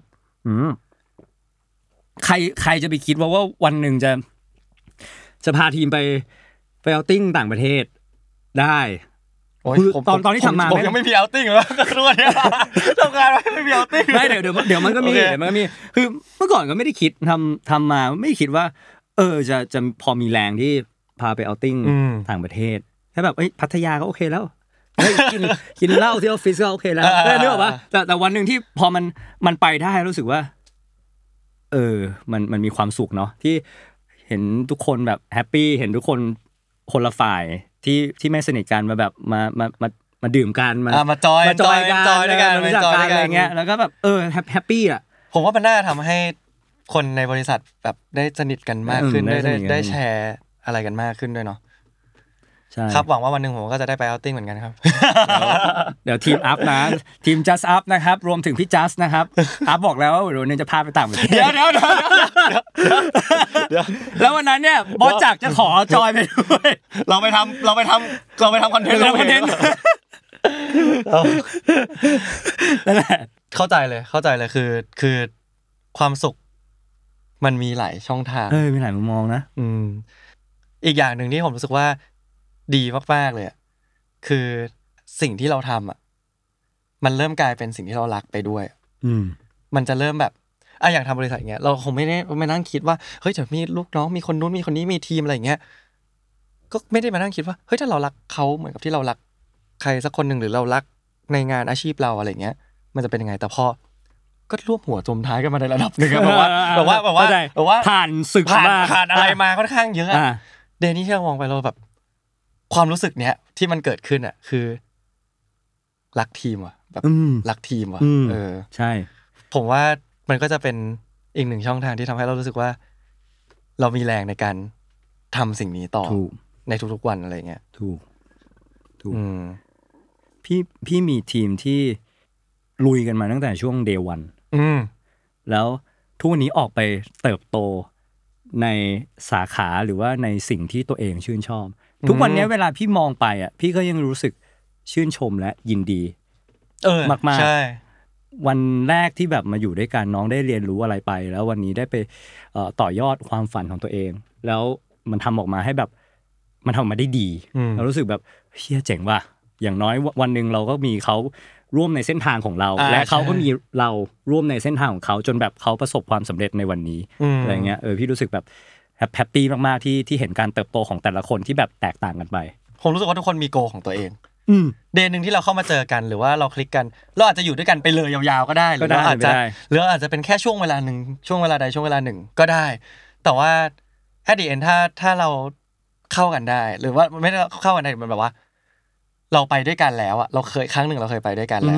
ใครจะไปคิดว่าวันหนึ่งจะพาทีมไปเอาติ้งต่างประเทศได้คือตอนที่ทำมาผมยังไม่มีเอาติ้งเลยทุกวันนี้ทำงานไม่มีเอาติ้งไม่เดี๋ยวมันก็มีคือเมื่อก่อนก็ไม่ได้คิดทำมาไม่คิดว่าจะพอมีแรงที่พาไปเอาติ้งต่างประเทศแค่แบบพัทยาก็โอเคแล้วกินเหล้าที่ออฟฟิศก็โอเคแล้วนึกออกป่ะแต่วันนึงที่พอมันไปได้รู้สึกว่ามันมีความสุขเนาะที่เห็นทุกคนแบบแฮปปี้เห็นทุกคนคนละฝ่ายที่ไม่สนิทกันมาแบบมาดื่มกันมาจอยกันด้วยกันรู้จักกันอะไรเงี้ยแล้วก็แบบแฮปปี้อ่ะผมว่ามันน่าทำให้คนในบริษัทแบบได้สนิทกันมากขึ้นได้แชร์อะไรกันมากขึ้นด้วยเนาะครับหวังว่าวันนึงผมก็จะได้ไปเอาท์ติ้งเหมือนกันครับเดี๋ยวทีมอัพนะทีม Just Up นะครับรวมถึงพี่ Just นะครับอัพบอกแล้วว่าเดี๋ยวนี้จะพาไปต่างประเทศเดี๋ยวแล้ววันนั้นเนี่ยบอสจักรจะขอจอยไปด้วยเราไปทำคอนเทนต์นั่นแหละเข้าใจเลยคือความสุขมันมีหลายช่องทางมีหลายมุมมองนะอีกอย่างหนึ่งที่ผมรู้สึกว่าดีมากๆเลยคือสิ่งที่เราทำอ่ะมันเริ่มกลายเป็นสิ่งที่เรารักไปด้วยมันจะเริ่มแบบอย่างทำบริษัทอย่างเงี้ยเราคงไม่ได้มานั่งคิดว่าเฮ้ยจะมีลูกน้องมีคนนู้นมีคนนี้มีทีมอะไรอย่างเงี้ยก็ไม่ได้มานั่งคิดว่าเฮ้ยถ้าเรารักเขาเหมือนกับที่เรารักใครสักคนหนึ่งหรือเรารักในงานอาชีพเราอะไรเงี้ยมันจะเป็นยังไงแต่พอก็รวบหัวจมท้ายกันมาในระดับนึงแบบว่าผ่านศึกผ่านอะไรมาค่อนข้างเยอะเดนี่ที่เรามองไปเราแบบความรู้สึกเนี้ยที่มันเกิดขึ้นอ่ะคือรักทีมว่ะแบบรักทีมว่ะใช่ผมว่ามันก็จะเป็นอีกหนึ่งช่องทางที่ทำให้เรารู้สึกว่าเรามีแรงในการทำสิ่งนี้ต่อในทุกๆวันอะไรเงี้ยถูกพี่มีทีมที่ลุยกันมาตั้งแต่ช่วง Day 1แล้วทุกวันนี้ออกไปเติบโตในสาขาหรือว่าในสิ่งที่ตัวเองชื่นชอบทุกวันนี้เวลาพี่มองไปอ่ะพี่ก็ยังรู้สึกชื่นชมและยินดีมากๆใช่วันแรกที่แบบมาอยู่ด้วยกันน้องได้เรียนรู้อะไรไปแล้ววันนี้ได้ไปต่อยอดความฝันของตัวเองแล้วมันทำออกมาให้แบบมันทำออกมาได้ดีเรารู้สึกแบบเฮียเจ๋งว่ะอย่างน้อยวันนึงเราก็มีเขาร่วมในเส้นทางของเราและเขาก็มีเราร่วมในเส้นทางของเขาจนแบบเขาประสบความสำเร็จในวันนี้อะไรเงี้ยพี่รู้สึกแบบแฮปปี้มากๆที่เห็นการเติบโตของแต่ละคนที่แบบแตกต่างกันไปผมรู้สึกว่าทุกคนมีโกของตัวเองเดย์นึงที่เราเข้ามาเจอกันหรือว่าเราคลิกกันเราอาจจะอยู่ด้วยกันไปเลยยาวๆก็ได้หรือว่าอาจจะเป็นแค่ช่วงเวลานึงช่วงเวลาใดช่วงเวลาหนึ่งก็ได้แต่ว่าat the endถ้าเราเข้ากันได้หรือว่าไม่ได้เข้ากันได้มันแบบว่าเราไปด้วยกันแล้วอ่ะเราเคยครั้งนึงเราเคยไปด้วยกันแล้ว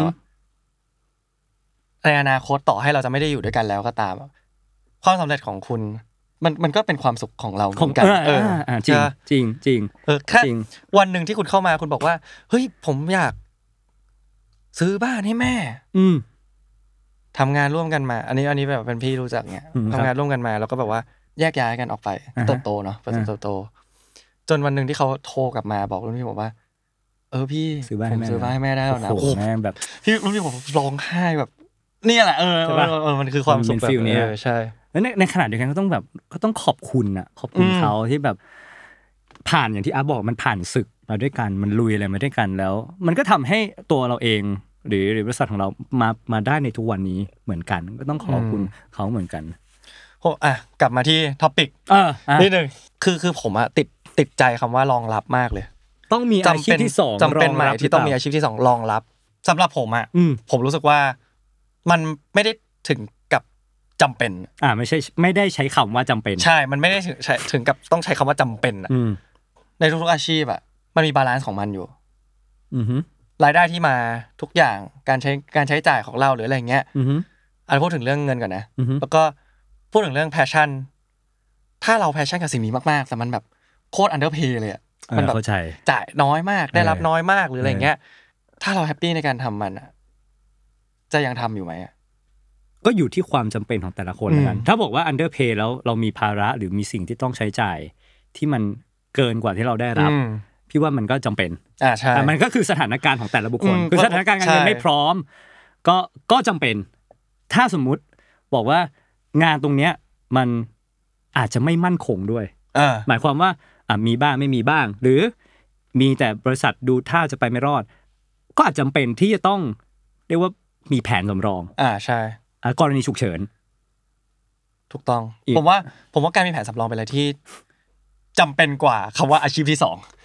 ในอนาคตต่อให้เราจะไม่ได้อยู่ด้วยกันแล้วก็ตามความสำเร็จของคุณมันก็เป็นความสุขของเราเหมือนกันจริงแค่วันนึงที่คุณเข้ามาคุณบอกว่าเฮ้ยผมอยากซื้อบ้านให้แม่ทำงานร่วมกันมาอันนี้แบบเป็นพี่รู้จักเนี่ยทำงานร่วมกันมาแล้วก็แบบว่าแยกย้ายกันออกไปเติบโตเนาะเติบโตจนวันนึงที่เขาโทรกลับมาบอกรุ่นพี่บอกว่าพี่ผมซื้อบ้านให้แม่ได้แล้วนะโอ้โหแม่แบบพี่รุ่นพี่ผมร้องไห้แบบนี่แหละมันคือความสุขแบบใช่แล้วในขณะเดียวกันก็ต้องขอบคุณอ่ะขอบคุณเขาที่แบบผ่านอย่างที่อาบอกมันผ่านศึกมาด้วยกันมันลุยอะไรมาด้วยกันแล้วมันก็ทำให้ตัวเราเองหรือบริษัทของเรามาได้ในทุกวันนี้เหมือนกันก็ต้องขอบคุณเขาเหมือนกันกลับมาที่ท็อปิกนิดนึงคือผมติดใจคำว่ารองรับมากเลยต้องมีอาชีพที่2 จำเป็นไหมที่ต้องมีอาชีพที่2รองรับสำหรับผมผมรู้สึกว่ามันไม่ได้ถึงกับจำเป็นไม่ได้ใช้คำว่าจำเป็นใช่มันไม่ได้ถึงกับต้องใช้คำว่าจำเป็นในทุกๆอาชีพมันมีบาลานซ์ของมันอยู่รายได้ที่มาทุกอย่างการใช้จ่ายของเราหรืออะไรเงี้ยพูดถึงเรื่องเงินก่อนนะแล้วก็พูดถึงเรื่องแพชชั่นถ้าเราแพชชั่นกับสิ่งนี้มากๆแต่มันแบบโคตรอันเดอร์เพย์เลยมันแบบจ่ายน้อยมากได้รับน้อยมากหรืออะไรเงี้ยถ้าเราแฮปปี้ในการทำมันจะยังทำอยู่ไหมก็อยู่ที่ความจำเป็นของแต่ละคนเหมือนกันถ้าบอกว่า underpay แล้วเรามีภาระหรือมีสิ่งที่ต้องใช้จ่ายที่มันเกินกว่าที่เราได้รับพี่ว่ามันก็จำเป็นใช่แต่มันก็คือสถานการณ์ของแต่ละบุคคลคือสถานการณ์การเงินไม่พร้อมก็จำเป็นถ้าสมมุติบอกว่างานตรงเนี้ยมันอาจจะไม่มั่นคงด้วยหมายความว่ามีบ้างไม่มีบ้างหรือมีแต่บริษัทดูท่าจะไปไม่รอดก็อาจจำเป็นที่จะต้องเรียกว่ามีแผนสำรองใช่กรณีฉุกเฉินถูกต้องผมว่าการมีแผนสำรองเป็นอะไรที่จำเป็นกว่าคำว่าอาชีพที่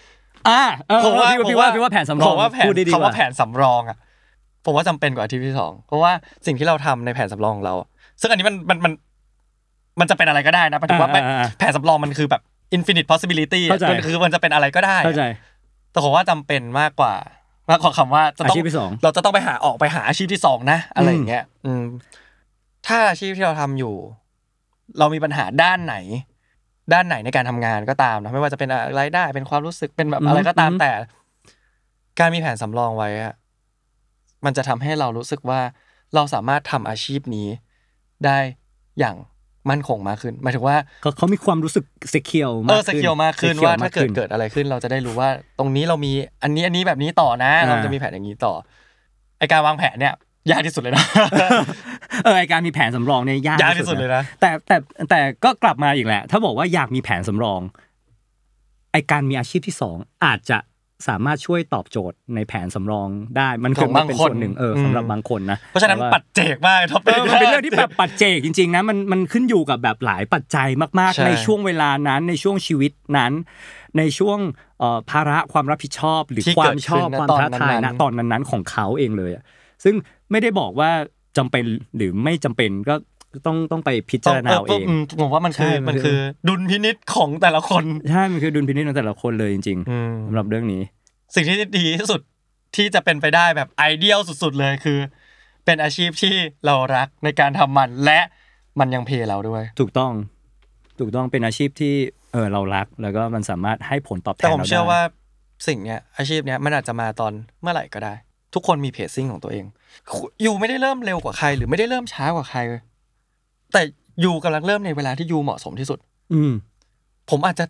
2 ผมว่าแผนสำรองคำว่าแผนสำรองผมว่าจำเป็นกว่าอาชีพที่2เพราะว่าสิ่งที่เราทำในแผนสำรองของเราซึ่งอันนี้มันจะเป็นอะไรก็ได้นะหมายถึงว่าแผนสำรองมันคือแบบinfinite possibility มันคือมันจะเป็นอะไรก็ได้แต่ผมว่าจำเป็นมากกว่ามากกว่าคำว่าจะต้องอาชีพที่สองเราจะต้องไปหาอาชีพที่2นะอะไรอย่างเงี้ยถ้าอาชีพที่เราทำอยู่เรามีปัญหาด้านไหนในการทำงานก็ตามนะไม่ว่าจะเป็นรายได้เป็นความรู้สึกเป็นแบบอะไรก็ตามแต่การมีแผนสำรองไว้อะมันจะทำให้เรารู้สึกว่าเราสามารถทำอาชีพนี้ได้อย่างมั่นคงมากขึ้นหมายถึงว่าเขามีความรู้สึกเซเคียวมากขึ้นเซเคียวมากขึ้นว่าถ้าเกิดอะไรขึ้นเราจะได้รู้ว่าตรงนี้เรามีอันนี้แบบนี้ต่อนะเราจะมีแผนอย่างนี้ต่อไอการวางแผนเนี่ยยากที่สุดเลยนะไอการมีแผนสำรองเนี่ยยากที่สุดเลยนะแต่ก็กลับมาอีกแหละถ้าบอกว่าอยากมีแผนสำรองไอการมีอาชีพที่2อาจจะสามารถช่วยตอบโจทย์ในแผนสำรองได้มันคือเป็นส่วนหนึ่งสำหรับบางคนนะเพราะฉะนั้นปัจเจกมากท็อปปิ้งมันเป็นเรื่องที่แบบปัจเจกจริงๆนะมันขึ้นอยู่กับแบบหลายปัจจัยมากๆในช่วงเวลานั้นในช่วงชีวิตนั้นในช่วงภาระความรับผิดชอบหรือความชอบความท้าทายณตอนนั้นๆของเขาเองเลยซึ่งไม่ได้บอกว่าจำเป็นหรือไม่จำเป็นก็ต้องไปพิจารณาเองผมว่ามันคือดุลพินิจของแต่ละคนใช่มันคือดุลพินิจของแต่ละคนเลยจริงๆสำหรับเรื่องนี้สิ่งที่ดีที่สุดที่จะเป็นไปได้แบบไอเดียลสุดๆเลยคือเป็นอาชีพที่เรารักในการทำมันและมันยังเพย์เราด้วยถูกต้องเป็นอาชีพที่เรารักแล้วก็มันสามารถให้ผลตอบแทนเราได้แต่ผมเชื่อว่าสิ่งเนี้ยอาชีพเนี้ยมันอาจจะมาตอนเมื่อไหร่ก็ได้ทุกคนมีเพจซิ่งของตัวเองอยู่ไม่ได้เริ่มเร็วกว่าใครหรือไม่ได้เริ่มช้ากว่าใครแต่อยู่กำลังเริ่มในเวลาที่อยู่เหมาะสมที่สุดผมอาจจะ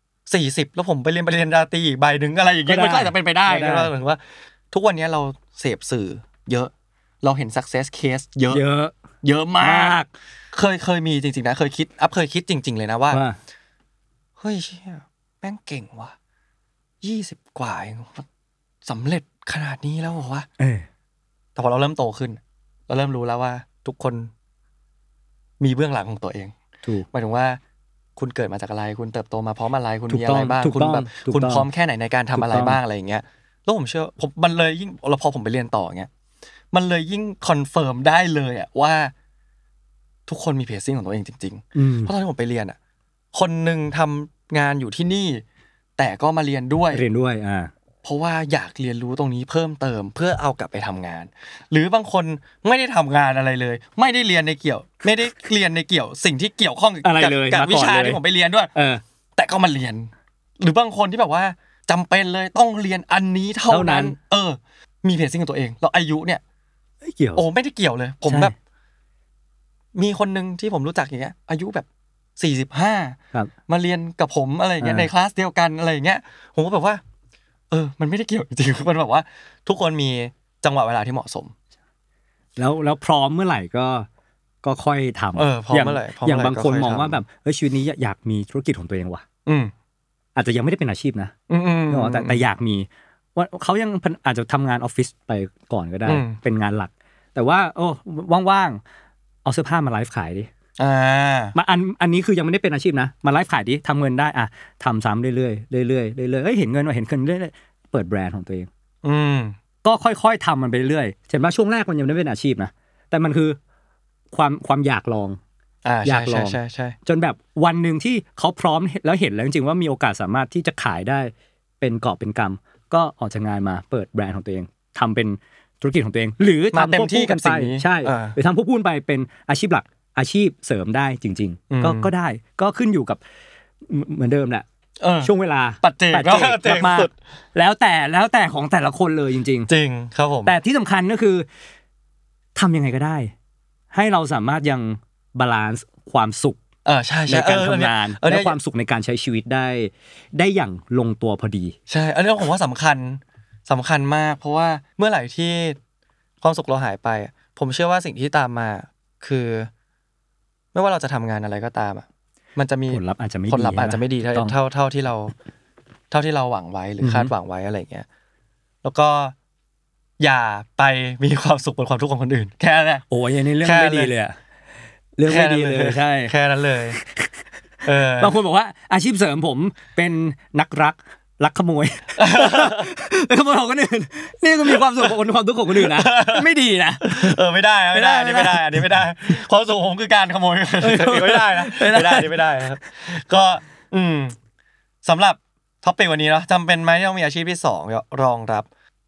40แล้วผมไปเรียนปริญญาตรีอีกใบนึงอะไรอย่างเงี้ยมันก็อาจจะเป็นไปได้ก็หมายถึงว่าทุกวันนี้เราเสพสื่อเยอะเราเห็น success case เยอะมากเคยมีจริงๆนะเคยคิดจริงๆเลยนะว่าเฮ้ยเชี่ยแม่งเก่งว่ะ20กว่าเองสำเร็จขนาดนี้แล้วเหรอวะแต่พอเราเริ่มโตขึ้นเราเริ่มรู้แล้วว่าทุกคนมีเบื้องหลังของตัวเองหมายถึงว่าคุณเกิดมาจากอะไรคุณเติบโตมาพร้อมอะไรคุณมีอะไรบ้างคุณพร้อมแค่ไหนในการทำอะไรบ้างอะไรอย่างเงี้ยแล้วผมเชื่อมันเลยยิ่งพอผมไปเรียนต่อเงี้ยมันเลยยิ่งคอนเฟิร์มได้เลยอะว่าทุกคนมีเพจซิ่งของตัวเองจริงๆเพราะตอนที่ผมไปเรียนอะคนนึงทำงานอยู่ที่นี่แต่ก็มาเรียนด้วยเพราะว่าอยากเรียนรู้ตรงนี้เพิ่มเติมเพื่อเอากลับไปทำงานหรือบางคนไม่ได้ทำงานอะไรเลยไม่ได้เรียนในเกี่ยวสิ่งที่เกี่ยวข้องกับวิชาที่ผมไปเรียนด้วยแต่ก็มาเรียนหรือบางคนที่แบบว่าจำเป็นเลยต้องเรียนอันนี้เท่านั้นมีเพจซิ่งของตัวเองแล้วอายุเนี่ยไม่ได้เกี่ยวเลยผมแบบมีคนนึงที่ผมรู้จักอย่างเงี้ยอายุแบบ45มาเรียนกับผมอะไรอย่างเงี้ยในคลาสเดียวกันอะไรอย่างเงี้ยผมก็แบบว่ามันไม่ได้เกี่ยวจริงๆมันแบบว่าทุกคนมีจังหวะเวลาที่เหมาะสมแล้วพร้อมเมื่อไหร่ก็ค่อยทำพร้อมเมื่อไหร่อย่างบางคนมองว่าแบบชีวิตนี้อยากมีธุรกิจของตัวเองว่ะอาจจะยังไม่ได้เป็นอาชีพนะแต่อยากมีว่าเขายังอาจจะทำงานออฟฟิศไปก่อนก็ได้เป็นงานหลักแต่ว่าว่างๆเอาเสื้อผ้ามาไลฟ์ขายดิมาอันนี้คือยังไม่ได้เป็นอาชีพนะมาไลฟ์ขายดิทำเงินได้ทำซ้ำเรื่อยๆเรื่อยๆเห็นเงินเรื่อยๆเปิดแบรนด์ของตัวเองก็ค่อยๆทำมันไปเรื่อยๆเห็นว่าช่วงแรกมันยังไม่ได้เป็นอาชีพนะแต่มันคือความอยากลองอยากลองจนแบบวันนึงที่เขาพร้อมแล้วเห็นแล้วจริงๆว่ามีโอกาสสามารถที่จะขายได้เป็นกอบเป็นกำก็ออกจากงานมาเปิดแบรนด์ของตัวเองทำเป็นธุรกิจของตัวเองหรือทำเต็มที่กับสิ่งนี้ใช่หรือทำควบคู่ไปเป็นอาชีพหลักอาชีพเสริมได้จริงๆก็ได้ก็ขึ้นอยู่กับเหมือนเดิมแหละช่วงเวลาปัจเจกมากแล้วแต่ของแต่ละคนเลยจริงจริงครับผมแต่ที่สำคัญก็คือทำยังไงก็ได้ให้เราสามารถยังบาลานซ์ความสุขใช่ในการทำงานและความสุขในการใช้ชีวิตได้อย่างลงตัวพอดีใช่อันนี้ผมว่าสำคัญมากเพราะว่าเมื่อไหร่ที่ความสุขเราหายไปผมเชื่อว่าสิ่งที่ตามมาคือไม่ว่าเราจะทำงานอะไรก็ตามมันจะมีผลลัพธ์อาจจะไม่ดีเท่าที่เราหวังไว้หรือคาดหวังไว้อะไรอย่างเงี้ยแล้วก็อย่าไปมีความสุขบนความทุกข์ของคนอื่นแค่นั้นแหละโอ้ยอันนี้เรื่องไม่ดีเลยเรื่องไม่ดีเลยใช่แค่นั้นเลยบางคนบอกว่าอาชีพเสริมผมเป็นนักรักขโมยขโมยของคนอื่นนี่ก็มีความสุขกับความทุกข์ของคนอื่นนะไม่ดีนะไม่ได้อันนี้ไม่ได้ความสุขผมคือการขโมยไม่ได้นะไม่ได้ครับก็สำหรับท็อปิกวันนี้เนาะจำเป็นไหมที่ต้องมีอาชีพที่2รองรับ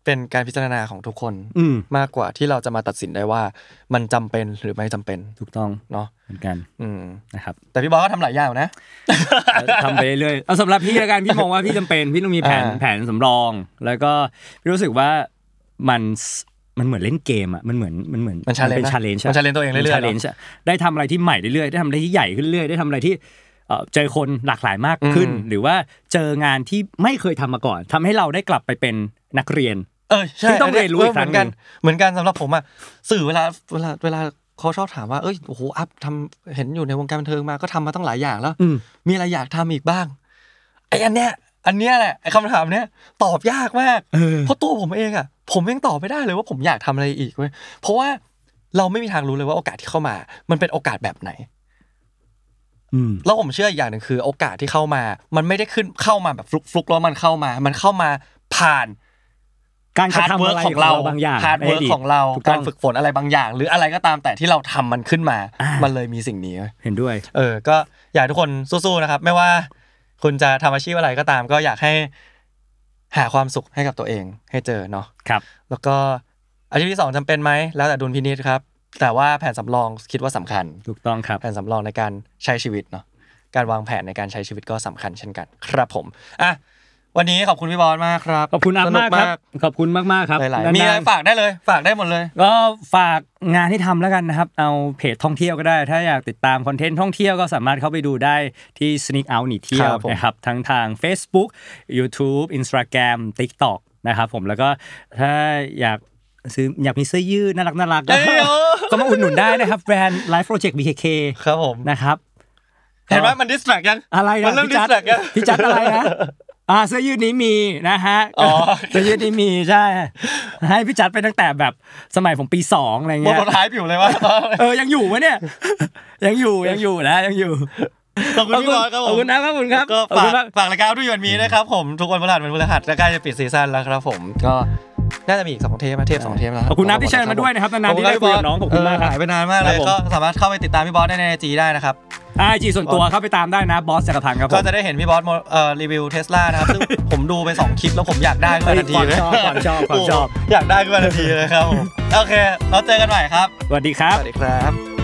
เป็นการพิจารณาของทุกคนมากกว่าที่เราจะมาตัดสินได้ว่ามันจำเป็นหรือไม่จำเป็นถูกต้องเนาะเหมือนกันนะครับแต่พี่บอสก็ทำหลายอย่างนะทำไปเรื่อยเอาสำหรับพี่ละกันพี่มองว่าพี่จำเป็นพี่ต้องมีแผนสำรองแล้วก็พี่รู้สึกว่ามันเหมือนเล่นเกมอ่ะมันเหมือนเป็นชาเลนจ์ตัวเองเรื่อยๆได้ทำอะไรที่ใหม่เรื่อยๆได้ทำอะไรที่ใหญ่ขึ้นเรื่อยได้ทำอะไรที่เจอคนหลากหลายมากขึ้นหรือว่าเจองานที่ไม่เคยทำมาก่อนทำให้เราได้กลับไปเป็นนักเรียนที่ต้องเรียนรู้อีกครั้งนึงเหมือนกันสำหรับผมอ่ะสื่อเวลาเขาชอบถามว่าโอ้โหอัพทำเห็นอยู่ในวงการบันเทิงมาก็ทำมาตั้งหลายอย่างแล้วมีอะไรอยากทำอีกบ้างอันเนี้ยแหละไอ้คำถามเนี้ยตอบยากมากเพราะตัวผมเองอ่ะผมยังตอบไม่ได้เลยว่าผมอยากทำอะไรอีกเว้ยเพราะว่าเราไม่มีทางรู้เลยว่าโอกาสที่เข้ามามันเป็นโอกาสแบบไหนแล้วผมเชื่ออีกอย่างนึงคือโอกาสที่เข้ามามันไม่ได้เข้ามาแบบฟลุกๆแล้วมันเข้ามาผ่านการกระทำอะไรของเราบางอย่างฮาร์ดเวิร์คของเราการฝึกฝนอะไรบางอย่างหรืออะไรก็ตามแต่ที่เราทำมันขึ้นมามันเลยมีสิ่งนี้เห็นด้วยก็อยากทุกคนสู้ๆนะครับไม่ว่าคุณจะทำอาชีพอะไรก็ตามก็อยากให้หาความสุขให้กับตัวเองให้เจอเนาะครับแล้วก็อาชีพที่2จำเป็นไหมแล้วแต่ดุลพินิจครับแต่ว่าแผนสำรองคิดว่าสำคัญถูกต้องครับแผนสำรองในการใช้ชีวิตเนาะการวางแผนในการใช้ชีวิตก็สำคัญเช่นกันครับผมวันนี้ขอบคุณพี่บอสมากครับขอบคุณอัพมากครับขอบคุณมากๆครับมีอะไรฝากได้เลยฝากได้หมดเลยก็ฝากงานที่ทำแล้วกันนะครับเอาเพจท่องเที่ยวก็ได้ถ้าอยากติดตามคอนเทนต์ท่องเที่ยวก็สามารถเข้าไปดูได้ที่ Sneak Out หนีเที่ยวนะครับทั้งทาง Facebook YouTube Instagram TikTok นะครับผมแล้วก็ถ้าอยากมีเสื้อยืดน่ารักก็มาอุดหนุนได้นะครับแบรนด์ Life Project BKK ครับผมนะครับเห็นไหมมันดิสแทรกยังอะไรนะพี่จัดอะไรนะเสื้อยืดนี้มีนะฮะเสื้อยืดนี้มีใช่ให้พี่จัดไปตั้งแต่แบบสมัยผมปี2อะไรเงี้ยโปรโตไทป์อยู่เลยวะยังอยู่มั้ยเนี่ยยังอยู่นะยังอยู่ขอบคุณพี่บอสครับผมขอบคุณนะครับขอบคุณครับก็ฝากรายการด้วยวันนี้นะครับผมทุกวันพฤหัสเป็นพฤหัสใกล้จะปิดซีซั่นแล้วครับผมก็น่าจะมีอีก2เทป2เทปแล้วขอบคุณนะที่เชิญมาด้วยนะครับนานๆที่ได้คุยกับน้องขอบคุณมากหายไปนานมากเลยก็สามารถเข้าไปติดตามพี่บอสได้ใน IG ได้นะครับ IG ส่วนตัวเข้าไปตามได้นะบอสจักรพันธ์ครับผมก็จะได้เห็นพี่บอสรีวิว Tesla นะครับซึ่งผมดูไป2คลิปแล้วผมอยากได้ขึ้นมาทันทีเลยความชอบอยากได้ขึ้นมาทันทีเลยครับโอเคเราเจอกันใหม่ครับสวัสดีครับสวัสดีครับ